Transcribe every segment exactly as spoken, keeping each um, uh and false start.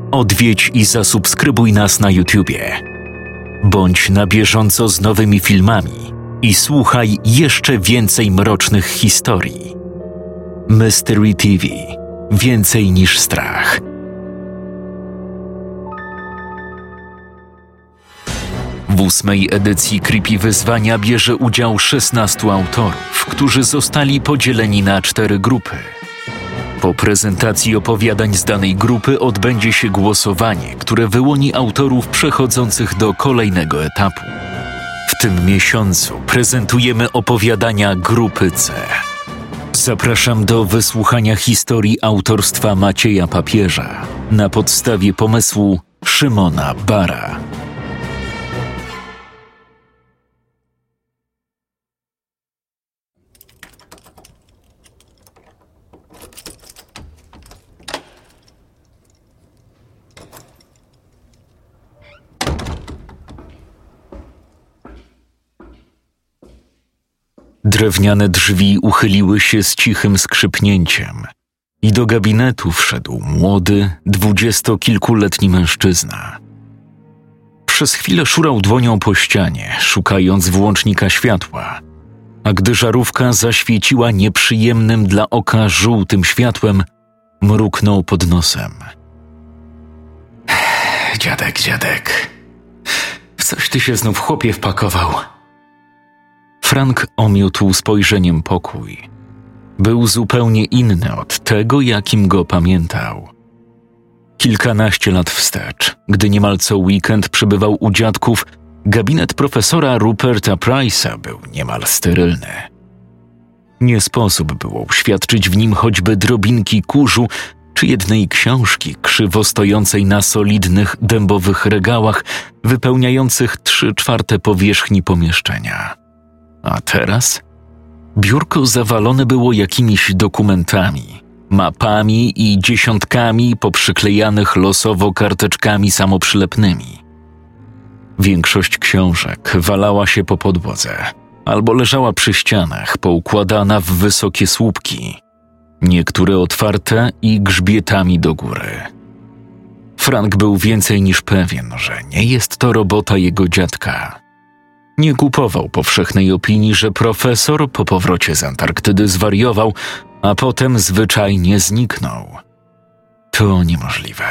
Odwiedź i zasubskrybuj nas na YouTubie. Bądź na bieżąco z nowymi filmami i słuchaj jeszcze więcej mrocznych historii. Mystery T V. Więcej niż strach. W ósmej edycji Creepy Wyzwania bierze udział szesnastu autorów, którzy zostali podzieleni na cztery grupy. Po prezentacji opowiadań z danej grupy odbędzie się głosowanie, które wyłoni autorów przechodzących do kolejnego etapu. W tym miesiącu prezentujemy opowiadania grupy C. Zapraszam do wysłuchania historii autorstwa Macieja Papieża na podstawie pomysłu Szymona Bara. Drewniane drzwi uchyliły się z cichym skrzypnięciem i do gabinetu wszedł młody, dwudziestokilkuletni mężczyzna. Przez chwilę szurał dłonią po ścianie, szukając włącznika światła, a gdy żarówka zaświeciła nieprzyjemnym dla oka żółtym światłem, mruknął pod nosem. Dziadek, dziadek, w coś ty się znów chłopie wpakował. Frank omiótł spojrzeniem pokój. Był zupełnie inny od tego, jakim go pamiętał. Kilkanaście lat wstecz, gdy niemal co weekend przebywał u dziadków, gabinet profesora Ruperta Price'a był niemal sterylny. Nie sposób było uświadczyć w nim choćby drobinki kurzu czy jednej książki krzywo stojącej na solidnych, dębowych regałach wypełniających trzy czwarte powierzchni pomieszczenia. A teraz? Biurko zawalone było jakimiś dokumentami, mapami i dziesiątkami poprzyklejanych losowo karteczkami samoprzylepnymi. Większość książek walała się po podłodze albo leżała przy ścianach poukładana w wysokie słupki, niektóre otwarte i grzbietami do góry. Frank był więcej niż pewien, że nie jest to robota jego dziadka. Nie kupował powszechnej opinii, że profesor po powrocie z Antarktydy zwariował, a potem zwyczajnie zniknął. To niemożliwe.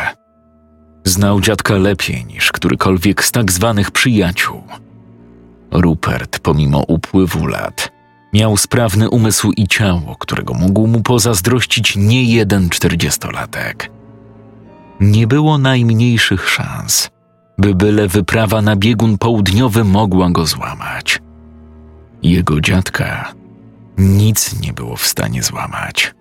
Znał dziadka lepiej niż którykolwiek z tak zwanych przyjaciół. Rupert, pomimo upływu lat, miał sprawny umysł i ciało, którego mógł mu pozazdrościć nie jeden czterdziestolatek. Nie było najmniejszych szans, by byle wyprawa na biegun południowy mogła go złamać. Jego dziadka nic nie było w stanie złamać.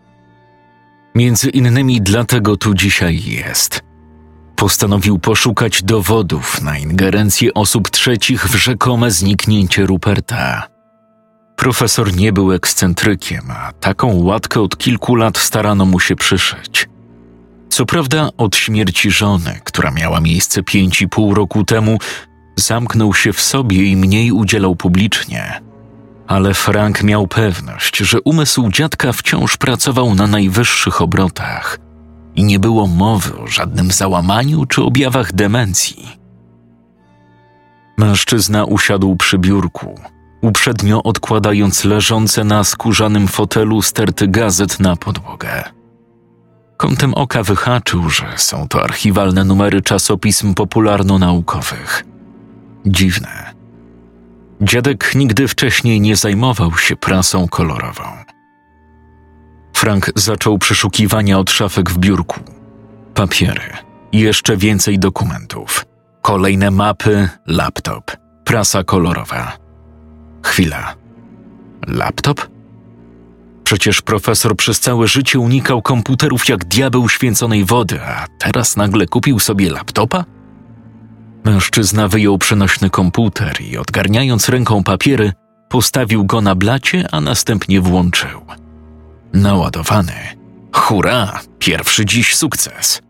Między innymi dlatego tu dzisiaj jest. Postanowił poszukać dowodów na ingerencję osób trzecich w rzekome zniknięcie Ruperta. Profesor nie był ekscentrykiem, a taką łatkę od kilku lat starano mu się przyszyć. Co prawda od śmierci żony, która miała miejsce pięć i pół roku temu, zamknął się w sobie i mniej udzielał publicznie. Ale Frank miał pewność, że umysł dziadka wciąż pracował na najwyższych obrotach i nie było mowy o żadnym załamaniu czy objawach demencji. Mężczyzna usiadł przy biurku, uprzednio odkładając leżące na skórzanym fotelu sterty gazet na podłogę. Kątem oka wyhaczył, że są to archiwalne numery czasopism popularno-naukowych. Dziwne. Dziadek nigdy wcześniej nie zajmował się prasą kolorową. Frank zaczął przeszukiwania od szafek w biurku. Papiery, jeszcze więcej dokumentów, kolejne mapy, laptop, prasa kolorowa. Chwila. Laptop? Przecież profesor przez całe życie unikał komputerów jak diabeł święconej wody, a teraz nagle kupił sobie laptopa? Mężczyzna wyjął przenośny komputer i odgarniając ręką papiery, postawił go na blacie, a następnie włączył. Naładowany. Hurra! Pierwszy dziś sukces.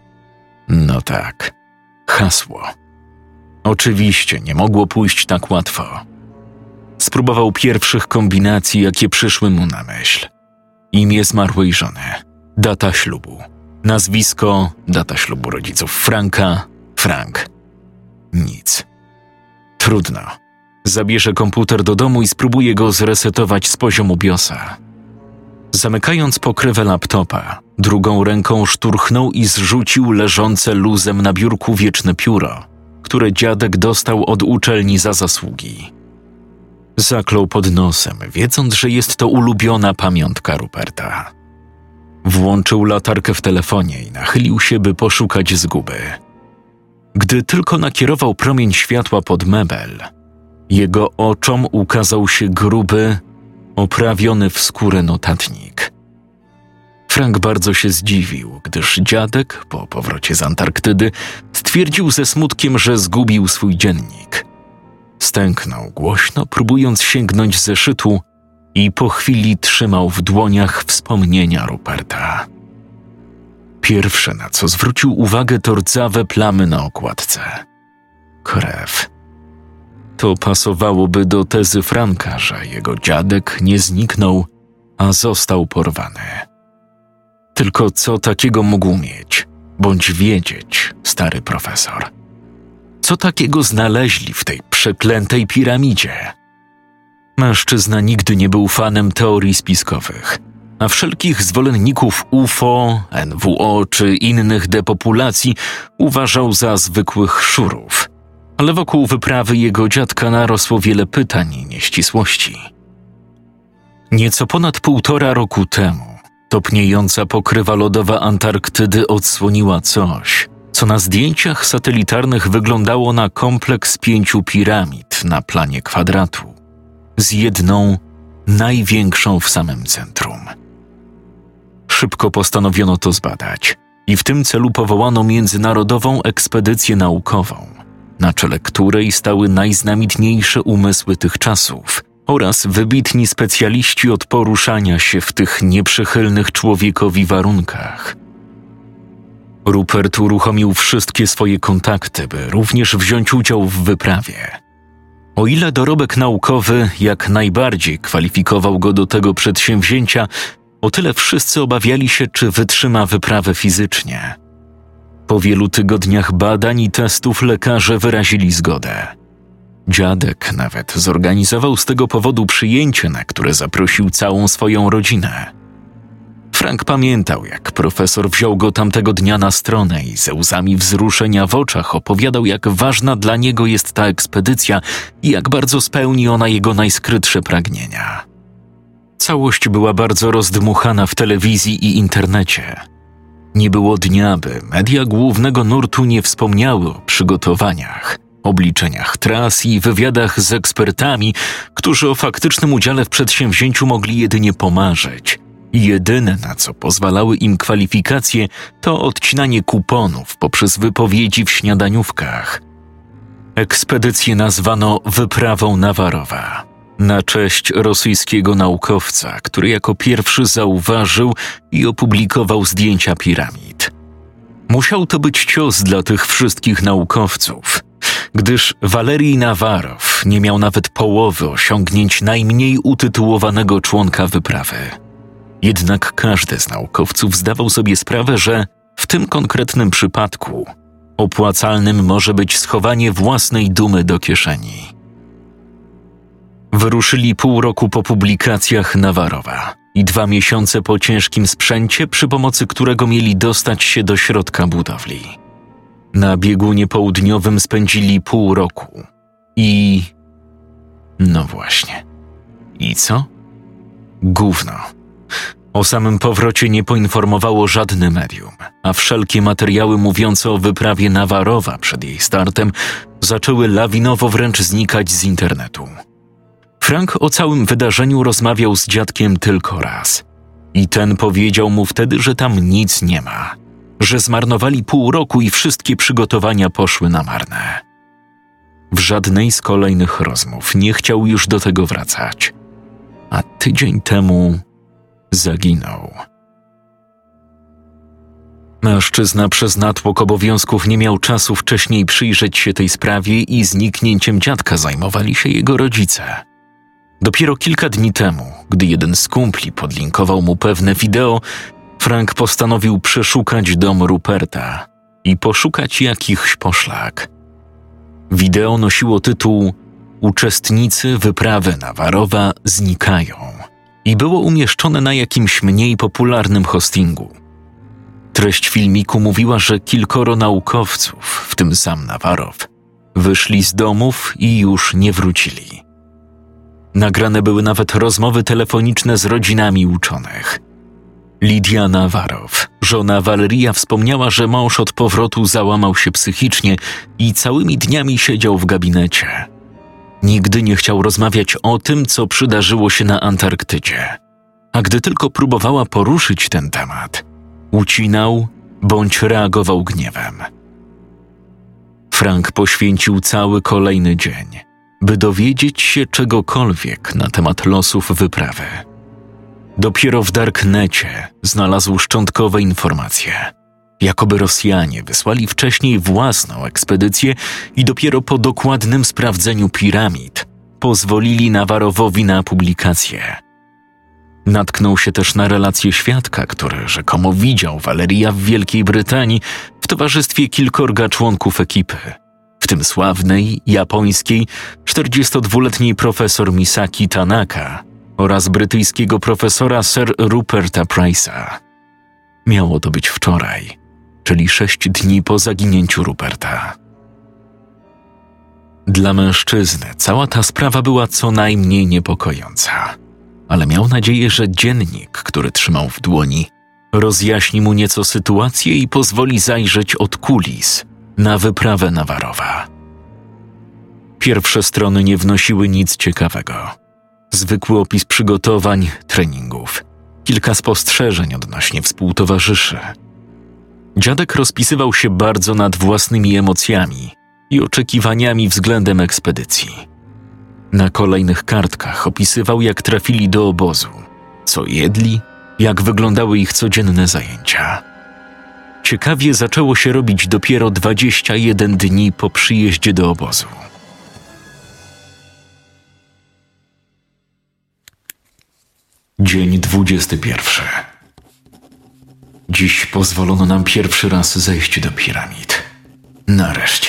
No tak. Hasło. Oczywiście nie mogło pójść tak łatwo. Spróbował pierwszych kombinacji, jakie przyszły mu na myśl. Imię zmarłej żony, data ślubu, Nazwisko, data ślubu rodziców Franka, Frank. Nic. Trudno. Zabierze komputer do domu i spróbuje go zresetować z poziomu biosa. Zamykając pokrywę laptopa, drugą ręką szturchnął i zrzucił leżące luzem na biurku wieczne pióro, które dziadek dostał od uczelni za zasługi. Zaklął pod nosem, wiedząc, że jest to ulubiona pamiątka Ruperta. Włączył latarkę w telefonie i nachylił się, by poszukać zguby. Gdy tylko nakierował promień światła pod mebel, jego oczom ukazał się gruby, oprawiony w skórę notatnik. Frank bardzo się zdziwił, gdyż dziadek, po powrocie z Antarktydy, stwierdził ze smutkiem, że zgubił swój dziennik. Stęknął głośno, próbując sięgnąć zeszytu i po chwili trzymał w dłoniach wspomnienia Ruperta. Pierwsze, na co zwrócił uwagę, to rdzawe plamy na okładce. Krew. To pasowałoby do tezy Franka, że jego dziadek nie zniknął, a został porwany. Tylko co takiego mógł mieć, bądź wiedzieć, stary profesor? Co takiego znaleźli w tej przeklętej piramidzie? Mężczyzna nigdy nie był fanem teorii spiskowych, a wszelkich zwolenników U F O, N W O czy innych depopulacji uważał za zwykłych szurów. Ale wokół wyprawy jego dziadka narosło wiele pytań i nieścisłości. Nieco ponad półtora roku temu topniejąca pokrywa lodowa Antarktydy odsłoniła coś, co na zdjęciach satelitarnych wyglądało na kompleks pięciu piramid na planie kwadratu, z jedną, największą w samym centrum. Szybko postanowiono to zbadać i w tym celu powołano międzynarodową ekspedycję naukową, na czele której stały najznamitniejsze umysły tych czasów oraz wybitni specjaliści od poruszania się w tych nieprzychylnych człowiekowi warunkach. Rupert uruchomił wszystkie swoje kontakty, by również wziąć udział w wyprawie. O ile dorobek naukowy jak najbardziej kwalifikował go do tego przedsięwzięcia, o tyle wszyscy obawiali się, czy wytrzyma wyprawę fizycznie. Po wielu tygodniach badań i testów lekarze wyrazili zgodę. Dziadek nawet zorganizował z tego powodu przyjęcie, na które zaprosił całą swoją rodzinę. Frank pamiętał, jak profesor wziął go tamtego dnia na stronę i ze łzami wzruszenia w oczach opowiadał, jak ważna dla niego jest ta ekspedycja i jak bardzo spełni ona jego najskrytsze pragnienia. Całość była bardzo rozdmuchana w telewizji i internecie. Nie było dnia, by media głównego nurtu nie wspomniały o przygotowaniach, obliczeniach tras i wywiadach z ekspertami, którzy o faktycznym udziale w przedsięwzięciu mogli jedynie pomarzyć. Jedyne, na co pozwalały im kwalifikacje, to odcinanie kuponów poprzez wypowiedzi w śniadaniówkach. Ekspedycję nazwano wyprawą Nawarowa, na cześć rosyjskiego naukowca, który jako pierwszy zauważył i opublikował zdjęcia piramid. Musiał to być cios dla tych wszystkich naukowców, gdyż Walerij Nawarow nie miał nawet połowy osiągnięć najmniej utytułowanego członka wyprawy. Jednak każdy z naukowców zdawał sobie sprawę, że w tym konkretnym przypadku opłacalnym może być schowanie własnej dumy do kieszeni. Wyruszyli pół roku po publikacjach Nawarowa i dwa miesiące po ciężkim sprzęcie, przy pomocy którego mieli dostać się do środka budowli. Na biegunie południowym spędzili pół roku. I... no właśnie. I co? Gówno. O samym powrocie nie poinformowało żadne medium, a wszelkie materiały mówiące o wyprawie Nawarowa przed jej startem zaczęły lawinowo wręcz znikać z internetu. Frank o całym wydarzeniu rozmawiał z dziadkiem tylko raz. I ten powiedział mu wtedy, że tam nic nie ma, że zmarnowali pół roku i wszystkie przygotowania poszły na marne. W żadnej z kolejnych rozmów nie chciał już do tego wracać. A tydzień temu zaginął. Mężczyzna przez natłok obowiązków nie miał czasu wcześniej przyjrzeć się tej sprawie i zniknięciem dziadka zajmowali się jego rodzice. Dopiero kilka dni temu, gdy jeden z kumpli podlinkował mu pewne wideo, Frank postanowił przeszukać dom Ruperta i poszukać jakichś poszlak. Wideo nosiło tytuł „Uczestnicy wyprawy Nawarowa znikają” i było umieszczone na jakimś mniej popularnym hostingu. Treść filmiku mówiła, że kilkoro naukowców, w tym sam Nawarow, wyszli z domów i już nie wrócili. Nagrane były nawet rozmowy telefoniczne z rodzinami uczonych. Lidia Nawarow, żona Valeria, wspomniała, że mąż od powrotu załamał się psychicznie i całymi dniami siedział w gabinecie. Nigdy nie chciał rozmawiać o tym, co przydarzyło się na Antarktydzie, a gdy tylko próbowała poruszyć ten temat, ucinał bądź reagował gniewem. Frank poświęcił cały kolejny dzień, by dowiedzieć się czegokolwiek na temat losów wyprawy. Dopiero w Darknecie znalazł szczątkowe informacje. Jakoby Rosjanie wysłali wcześniej własną ekspedycję i dopiero po dokładnym sprawdzeniu piramid pozwolili Nawarowowi na publikację. Natknął się też na relację świadka, który rzekomo widział Valeria w Wielkiej Brytanii w towarzystwie kilkorga członków ekipy, w tym sławnej, japońskiej, czterdziestodwuletniej profesor Misaki Tanaka oraz brytyjskiego profesora Sir Ruperta Price'a. Miało to być wczoraj, czyli sześć dni po zaginięciu Ruperta. Dla mężczyzny cała ta sprawa była co najmniej niepokojąca, ale miał nadzieję, że dziennik, który trzymał w dłoni, rozjaśni mu nieco sytuację i pozwoli zajrzeć od kulis na wyprawę Nawarowa. Pierwsze strony nie wnosiły nic ciekawego. Zwykły opis przygotowań, treningów, kilka spostrzeżeń odnośnie współtowarzyszy. Dziadek rozpisywał się bardzo nad własnymi emocjami i oczekiwaniami względem ekspedycji. Na kolejnych kartkach opisywał, jak trafili do obozu, co jedli, jak wyglądały ich codzienne zajęcia. Ciekawie zaczęło się robić dopiero dwadzieścia jeden dni po przyjeździe do obozu. Dzień dwudziesty pierwszy. Dziś pozwolono nam pierwszy raz zejść do piramid. Nareszcie.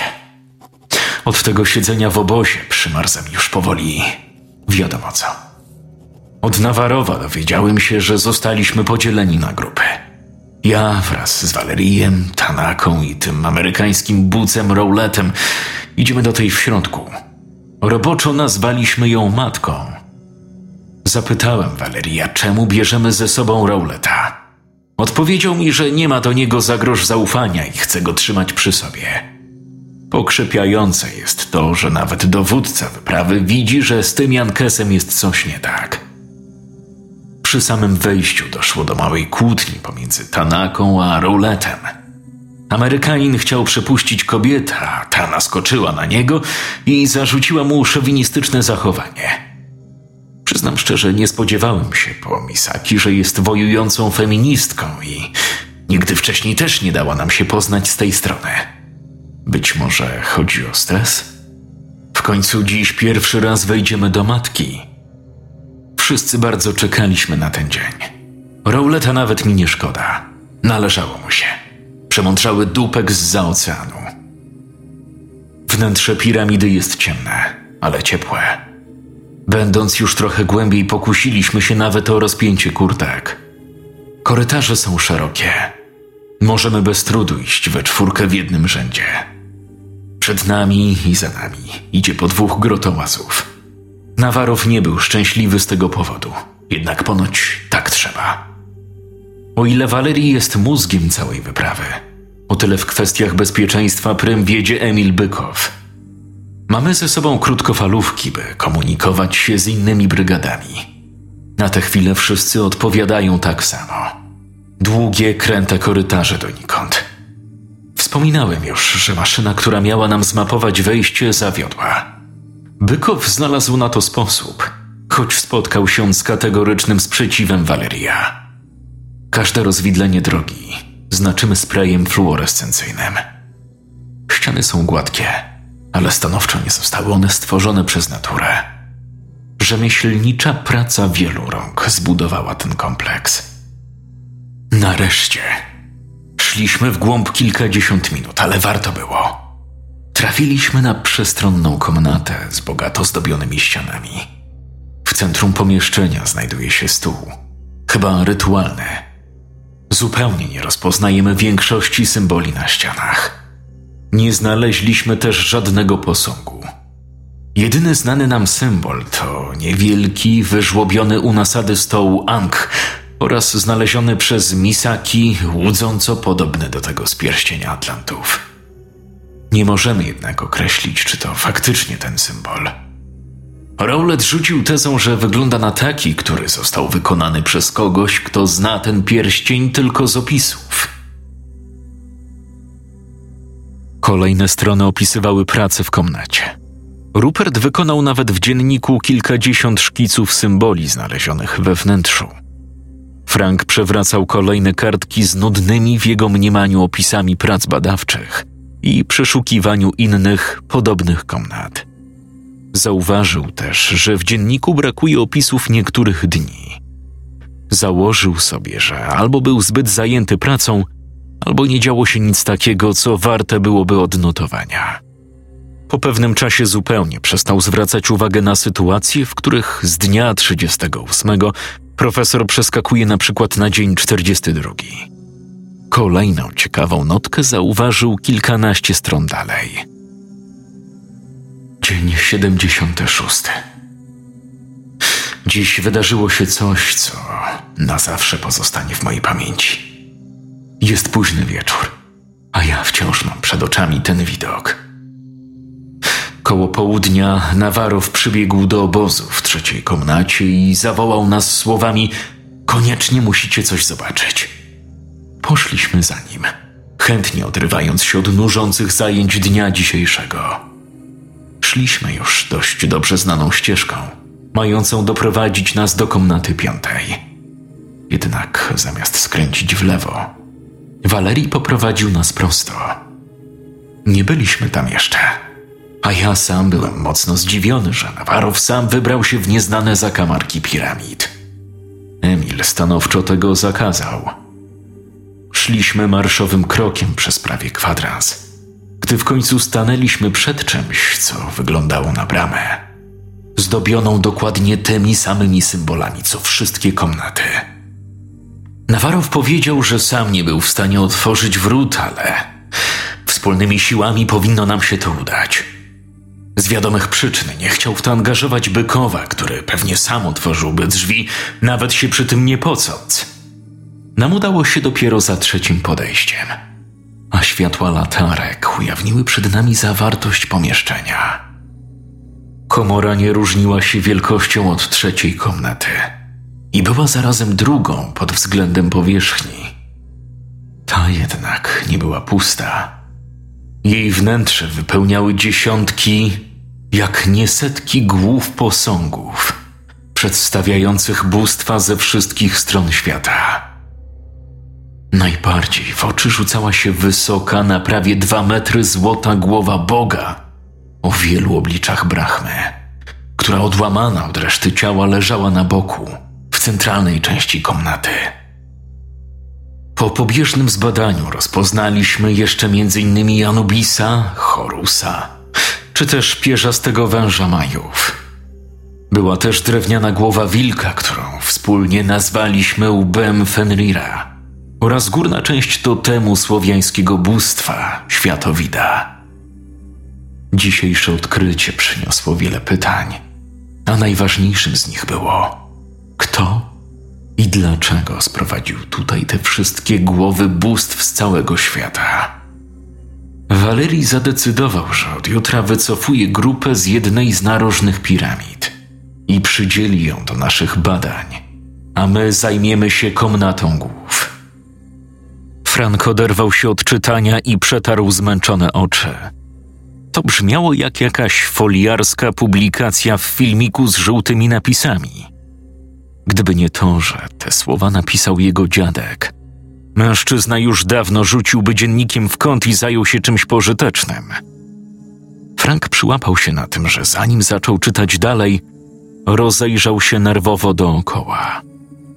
Od tego siedzenia w obozie przymarzam już powoli. Wiadomo co. Od Nawarowa dowiedziałem się, że zostaliśmy podzieleni na grupy. Ja wraz z Valeriem, Tanaką i tym amerykańskim bucem Rowlettem idziemy do tej w środku. Roboczo nazwaliśmy ją matką. Zapytałem Valeria, czemu bierzemy ze sobą Rowletta. Odpowiedział mi, że nie ma do niego za grosz zaufania i chce go trzymać przy sobie. Pokrzepiające jest to, że nawet dowódca wyprawy widzi, że z tym Jankesem jest coś nie tak. Przy samym wejściu doszło do małej kłótni pomiędzy Tanaką a Rowlettem. Amerykanin chciał przepuścić kobietę, a ta naskoczyła na niego i zarzuciła mu szowinistyczne zachowanie. Przyznam szczerze, nie spodziewałem się po Misaki, że jest wojującą feministką i nigdy wcześniej też nie dała nam się poznać z tej strony. Być może chodzi o stres? W końcu dziś pierwszy raz wejdziemy do matki. Wszyscy bardzo czekaliśmy na ten dzień. Rowletta nawet mi nie szkoda. Należało mu się. Przemądrzały dupek zza oceanu. Wnętrze piramidy jest ciemne, ale ciepłe. Będąc już trochę głębiej, pokusiliśmy się nawet o rozpięcie kurtek. Korytarze są szerokie. Możemy bez trudu iść we czwórkę w jednym rzędzie. Przed nami i za nami idzie po dwóch grotołazów. Nawarow nie był szczęśliwy z tego powodu, jednak ponoć tak trzeba. O ile Valerii jest mózgiem całej wyprawy, o tyle w kwestiach bezpieczeństwa prym wiedzie Emil Bykow. Mamy ze sobą krótkofalówki, by komunikować się z innymi brygadami. Na tę chwilę wszyscy odpowiadają tak samo. Długie, kręte korytarze donikąd. Wspominałem już, że maszyna, która miała nam zmapować wejście, zawiodła. Bykow znalazł na to sposób, choć spotkał się z kategorycznym sprzeciwem Valeria. Każde rozwidlenie drogi znaczymy sprayem fluorescencyjnym. Ściany są gładkie, ale stanowczo nie zostały one stworzone przez naturę. Rzemieślnicza praca wielu rąk zbudowała ten kompleks. Nareszcie. Szliśmy w głąb kilkadziesiąt minut, ale warto było. Trafiliśmy na przestronną komnatę z bogato zdobionymi ścianami. W centrum pomieszczenia znajduje się stół, chyba rytualny. Zupełnie nie rozpoznajemy większości symboli na ścianach. Nie znaleźliśmy też żadnego posągu. Jedyny znany nam symbol to niewielki, wyżłobiony u nasady stołu Ankh oraz znaleziony przez Misaki, łudząco podobny do tego z pierścienia Atlantów. Nie możemy jednak określić, czy to faktycznie ten symbol. Rowlett rzucił tezą, że wygląda na taki, który został wykonany przez kogoś, kto zna ten pierścień tylko z opisów. Kolejne strony opisywały pracę w komnacie. Rupert wykonał nawet w dzienniku kilkadziesiąt szkiców symboli znalezionych we wnętrzu. Frank przewracał kolejne kartki z nudnymi w jego mniemaniu opisami prac badawczych i przeszukiwaniu innych, podobnych komnat. Zauważył też, że w dzienniku brakuje opisów niektórych dni. Założył sobie, że albo był zbyt zajęty pracą, albo nie działo się nic takiego, co warte byłoby odnotowania. Po pewnym czasie zupełnie przestał zwracać uwagę na sytuacje, w których z dnia trzydziestego ósmego profesor przeskakuje na przykład na dzień czterdziesty drugi. Kolejną ciekawą notkę zauważył kilkanaście stron dalej. Dzień siedemdziesiąty szósty. Dziś wydarzyło się coś, co na zawsze pozostanie w mojej pamięci. Jest późny wieczór, a ja wciąż mam przed oczami ten widok. Koło południa Nawarow przybiegł do obozu w trzeciej komnacie i zawołał nas słowami: koniecznie musicie coś zobaczyć. Poszliśmy za nim, chętnie odrywając się od nużących zajęć dnia dzisiejszego. Szliśmy już dość dobrze znaną ścieżką, mającą doprowadzić nas do komnaty piątej. Jednak zamiast skręcić w lewo, Valerii poprowadził nas prosto. Nie byliśmy tam jeszcze, a ja sam byłem mocno zdziwiony, że Nawarow sam wybrał się w nieznane zakamarki piramid. Emil stanowczo tego zakazał. Szliśmy marszowym krokiem przez prawie kwadrans, gdy w końcu stanęliśmy przed czymś, co wyglądało na bramę, zdobioną dokładnie tymi samymi symbolami, co wszystkie komnaty. Nawarow powiedział, że sam nie był w stanie otworzyć wrót, ale wspólnymi siłami powinno nam się to udać. Z wiadomych przyczyn nie chciał w to angażować Bykowa, który pewnie sam otworzyłby drzwi, nawet się przy tym nie pocąc. Nam udało się dopiero za trzecim podejściem, a światła latarek ujawniły przed nami zawartość pomieszczenia. Komora nie różniła się wielkością od trzeciej komnaty i była zarazem drugą pod względem powierzchni. Ta jednak nie była pusta. Jej wnętrze wypełniały dziesiątki, jak nie setki głów posągów, przedstawiających bóstwa ze wszystkich stron świata. Najbardziej w oczy rzucała się wysoka, na prawie dwa metry złota głowa Boga o wielu obliczach Brahmy, która odłamana od reszty ciała leżała na boku, w centralnej części komnaty. Po pobieżnym zbadaniu rozpoznaliśmy jeszcze między innymi Anubisa, Horusa, czy też pierzastego węża Majów. Była też drewniana głowa wilka, którą wspólnie nazwaliśmy łbem Fenrira, oraz górna część totemu słowiańskiego bóstwa, Światowida. Dzisiejsze odkrycie przyniosło wiele pytań, a najważniejszym z nich było: kto i dlaczego sprowadził tutaj te wszystkie głowy bóstw z całego świata? Valerii zadecydował, że od jutra wycofuje grupę z jednej z narożnych piramid i przydzieli ją do naszych badań, a my zajmiemy się komnatą głów. Frank oderwał się od czytania i przetarł zmęczone oczy. To brzmiało jak jakaś foliarska publikacja w filmiku z żółtymi napisami. Gdyby nie to, że te słowa napisał jego dziadek, mężczyzna już dawno rzuciłby dziennikiem w kąt i zajął się czymś pożytecznym. Frank przyłapał się na tym, że zanim zaczął czytać dalej, rozejrzał się nerwowo dookoła.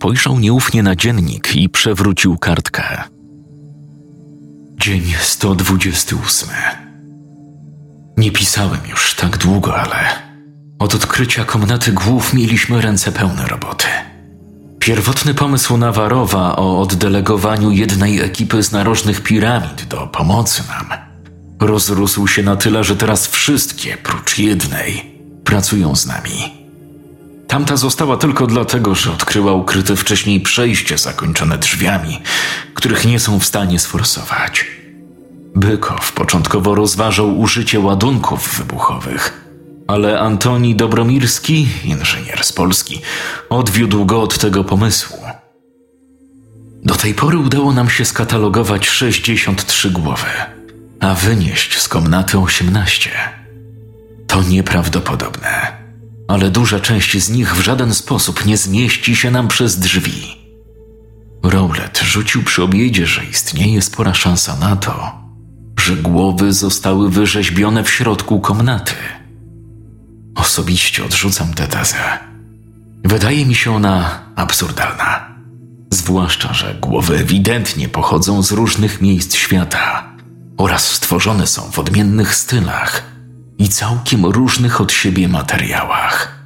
Spojrzał nieufnie na dziennik i przewrócił kartkę. Dzień sto dwudziesty ósmy. Nie pisałem już tak długo, ale od odkrycia komnaty głów mieliśmy ręce pełne roboty. Pierwotny pomysł Nawarowa o oddelegowaniu jednej ekipy z narożnych piramid do pomocy nam rozrósł się na tyle, że teraz wszystkie, prócz jednej, pracują z nami. Tamta została tylko dlatego, że odkryła ukryte wcześniej przejście zakończone drzwiami, których nie są w stanie sforsować. Bykow początkowo rozważał użycie ładunków wybuchowych, ale Antoni Dobromirski, inżynier z Polski, odwiódł go od tego pomysłu. Do tej pory udało nam się skatalogować sześćdziesiąt trzy głowy, a wynieść z komnaty osiemnaście. To nieprawdopodobne, ale duża część z nich w żaden sposób nie zmieści się nam przez drzwi. Rowlett rzucił przy obiedzie, że istnieje spora szansa na to, że głowy zostały wyrzeźbione w środku komnaty. Osobiście odrzucam tę tezę. Wydaje mi się ona absurdalna. Zwłaszcza, że głowy ewidentnie pochodzą z różnych miejsc świata oraz stworzone są w odmiennych stylach i całkiem różnych od siebie materiałach.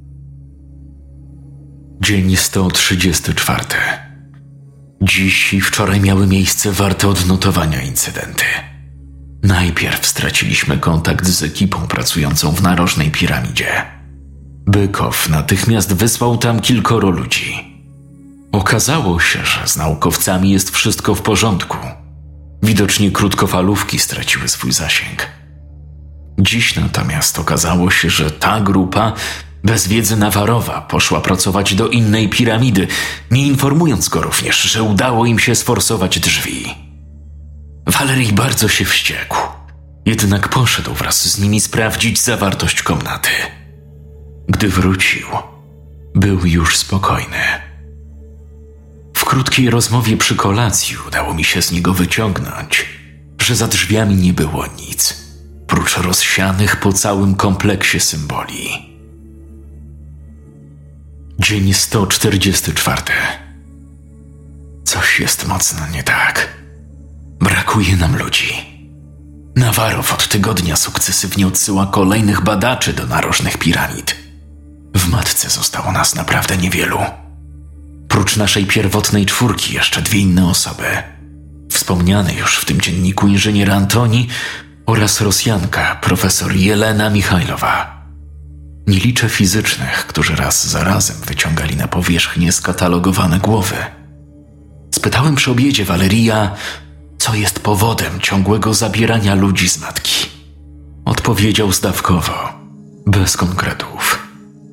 Dzień sto trzydziesty czwarty. Dziś i wczoraj miały miejsce warte odnotowania incydenty. Najpierw straciliśmy kontakt z ekipą pracującą w narożnej piramidzie. Bykow natychmiast wysłał tam kilkoro ludzi. Okazało się, że z naukowcami jest wszystko w porządku. Widocznie krótkofalówki straciły swój zasięg. Dziś natomiast okazało się, że ta grupa bez wiedzy Nawarowa poszła pracować do innej piramidy, nie informując go również, że udało im się sforsować drzwi. Valerii bardzo się wściekł, jednak poszedł wraz z nimi sprawdzić zawartość komnaty. Gdy wrócił, był już spokojny. W krótkiej rozmowie przy kolacji udało mi się z niego wyciągnąć, że za drzwiami nie było nic, prócz rozsianych po całym kompleksie symboli. Dzień sto czterdziesty czwarty. Coś jest mocno nie tak. Brakuje nam ludzi. Nawarow od tygodnia sukcesywnie odsyła kolejnych badaczy do narożnych piramid. W matce zostało nas naprawdę niewielu. Prócz naszej pierwotnej czwórki jeszcze dwie inne osoby. Wspomniany już w tym dzienniku inżynier Antoni oraz Rosjanka, profesor Jelena Michajlowa. Nie liczę fizycznych, którzy raz za razem wyciągali na powierzchnię skatalogowane głowy. Spytałem przy obiedzie Valeria, co jest powodem ciągłego zabierania ludzi z matki. Odpowiedział zdawkowo, bez konkretów.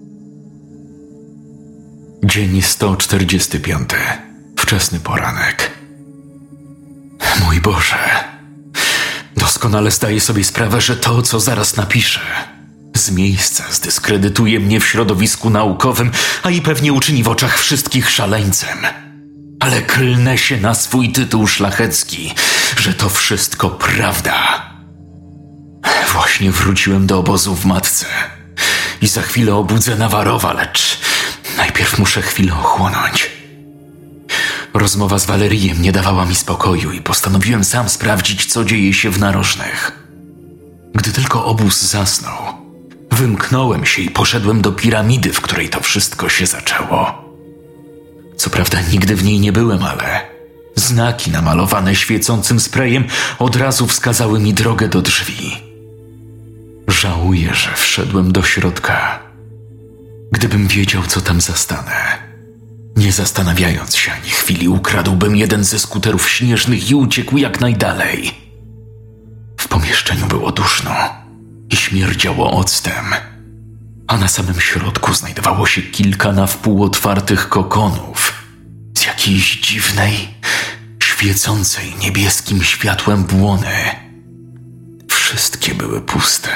Dzień sto czterdziesty piąty. Wczesny poranek. Mój Boże, doskonale zdaję sobie sprawę, że to, co zaraz napiszę, z miejsca zdyskredytuje mnie w środowisku naukowym, a i pewnie uczyni w oczach wszystkich szaleńcem. Ale klnę się na swój tytuł szlachecki, że to wszystko prawda. Właśnie wróciłem do obozu w matce i za chwilę obudzę Nawarowa, lecz najpierw muszę chwilę ochłonąć. Rozmowa z Valeriem nie dawała mi spokoju i postanowiłem sam sprawdzić, co dzieje się w narożnych. Gdy tylko obóz zasnął, wymknąłem się i poszedłem do piramidy, w której to wszystko się zaczęło. Co prawda nigdy w niej nie byłem, ale znaki namalowane świecącym sprayem od razu wskazały mi drogę do drzwi. Żałuję, że wszedłem do środka. Gdybym wiedział, co tam zastanę, nie zastanawiając się ani chwili, ukradłbym jeden ze skuterów śnieżnych i uciekł jak najdalej. W pomieszczeniu było duszno i śmierdziało octem, a na samym środku znajdowało się kilka na wpół otwartych kokonów z jakiejś dziwnej, świecącej niebieskim światłem błony. Wszystkie były puste.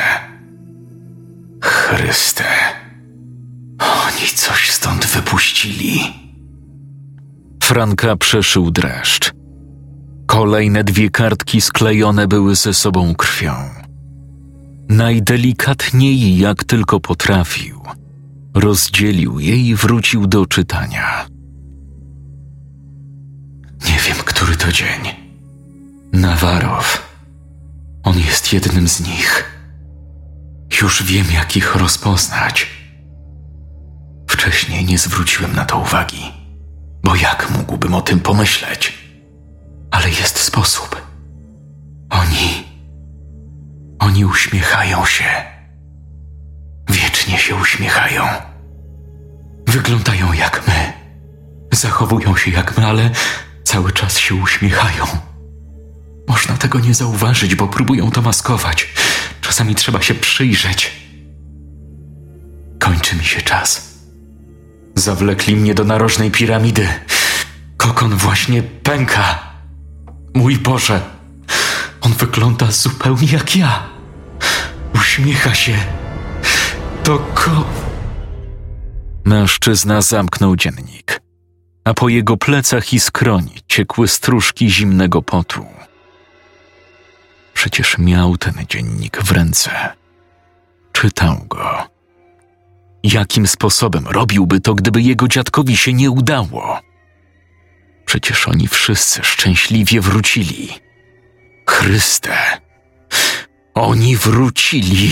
Chryste, oni coś stąd wypuścili. Franka przeszył dreszcz. Kolejne dwie kartki sklejone były ze sobą krwią. Najdelikatniej, jak tylko potrafił, rozdzielił je i wrócił do czytania. Nie wiem, który to dzień. Nawarow. On jest jednym z nich. Już wiem, jak ich rozpoznać. Wcześniej nie zwróciłem na to uwagi, bo jak mógłbym o tym pomyśleć? Ale jest sposób. Oni... Oni uśmiechają się. Wiecznie się uśmiechają. Wyglądają jak my. Zachowują się jak my, ale cały czas się uśmiechają. Można tego nie zauważyć, bo próbują to maskować. Czasami trzeba się przyjrzeć. Kończy mi się czas. Zawlekli mnie do narożnej piramidy. Kokon właśnie pęka. Mój Boże, on wygląda zupełnie jak ja. Uśmiecha się. To ko... Mężczyzna zamknął dziennik, a po jego plecach i skroni ciekły stróżki zimnego potu. Przecież miał ten dziennik w ręce. Czytał go. Jakim sposobem robiłby to, gdyby jego dziadkowi się nie udało? Przecież oni wszyscy szczęśliwie wrócili. Chryste! Oni wrócili!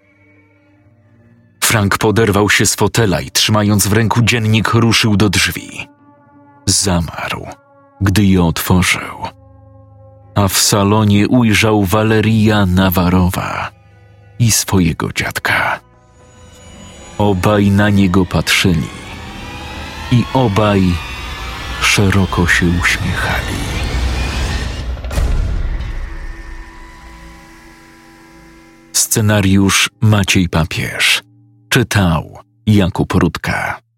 Frank poderwał się z fotela i trzymając w ręku dziennik ruszył do drzwi. Zamarł, gdy je otworzył. A w salonie ujrzał Valeria Nawarowa i swojego dziadka. Obaj na niego patrzyli i obaj szeroko się uśmiechali. Scenariusz Maciej Papież. Czytał Jakub Rutka.